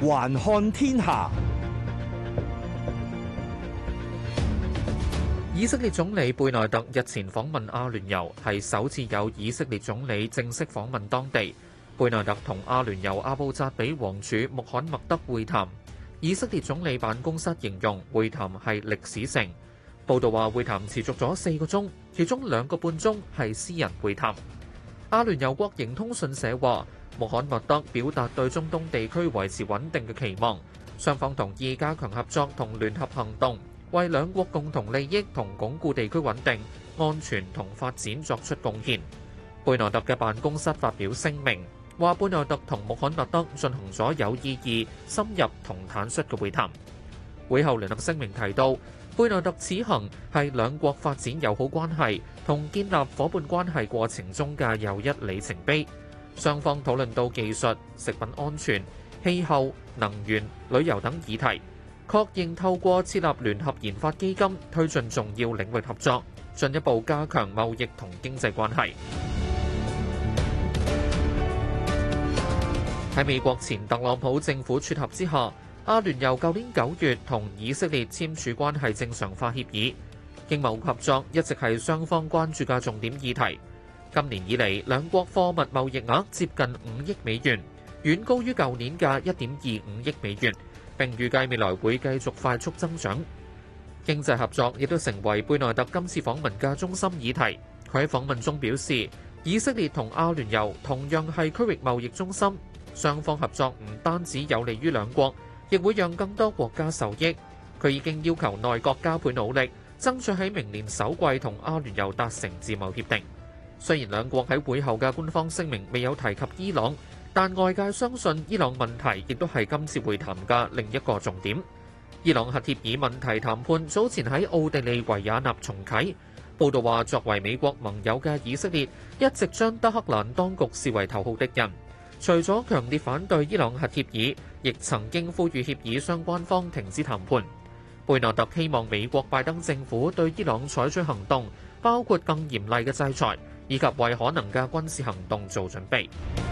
環看天下。 以色列總理貝內特日前訪問阿聯酋，係首次有以色列總理正式訪問當地。貝內特同阿聯酋阿布扎比王儲穆罕默德會談，以色列總理辦公室形容會談係歷史性。報道話會談持續咗4個鐘，其中2個半鐘係私人會談。阿聯酋國營通訊社話，穆罕默德表達對中東地區維持穩定嘅期望，雙方同意加強合作同聯合行動，為兩國共同利益同鞏固地區穩定、安全同發展作出貢獻。貝內特嘅辦公室發表聲明，話貝內特同穆罕默德進行咗有意義、深入同坦率嘅會談。會後聯合聲明提到，貝內特此行係兩國發展友好關係同建立夥伴關係過程中嘅又一里程碑。雙方討論到技術、食品安全、氣候、能源、旅遊等議題，確認透過設立聯合研發基金推進重要領域合作，進一步加強貿易同經濟關係。喺美國前特朗普政府撮合之下，阿聯酋舊年9月同以色列簽署關係正常化協議，經貿合作一直係雙方關注嘅重點議題。今年以嚟，兩國貨物貿易額接近5億美元，遠高於舊年嘅1.25億美元，並預計未來會繼續快速增長。經濟合作亦都成為貝內特今次訪問嘅中心議題。佢喺訪問中表示，以色列同阿聯酋同樣係區域貿易中心，雙方合作唔單止有利於兩國，亦會讓更多國家受益。佢已經要求內閣加倍努力，爭取喺明年首季同阿聯酋達成自貿協定。雖然兩國喺會後嘅官方聲明未有提及伊朗，但外界相信伊朗問題亦都係今次會談嘅另一個重點。伊朗核協議問題談判早前喺奧地利維也納重啟。報道話，作為美國盟友嘅以色列一直將德黑蘭當局視為頭號敵人。除咗強烈反對伊朗核協議，亦曾經呼籲協議相關方停止談判。貝內特希望美國拜登政府對伊朗採取行動，包括更嚴厲嘅制裁，以及為可能嘅軍事行動做準備。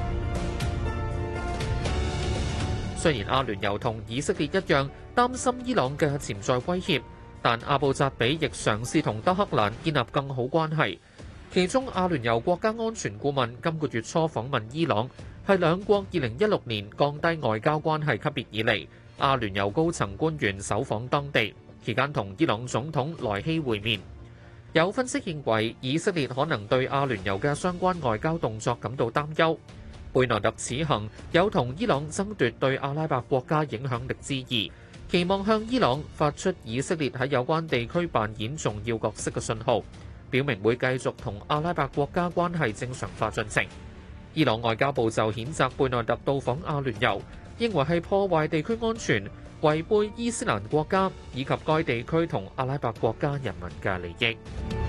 雖然阿聯酋同以色列一樣擔心伊朗嘅潛在威脅，但阿布扎比亦嘗試同德黑蘭建立更好關係。其中，阿聯酋國家安全顧問今個月初訪問伊朗，係兩國2016年降低外交關係級別以嚟，阿聯酋高層官員首訪當地，期間同伊朗總統萊希會面。有分析認為，以色列可能對阿聯酋嘅相關外交動作感到擔憂。貝內特此行有同伊朗爭奪對阿拉伯國家影響力之意，期望向伊朗發出以色列喺有關地區扮演重要角色嘅信號，表明會繼續同阿拉伯國家關係正常化進程。伊朗外交部就譴責貝內特到訪阿聯酋，認為係破壞地區安全、違背伊斯蘭國家以及該地區同阿拉伯國家人民嘅利益。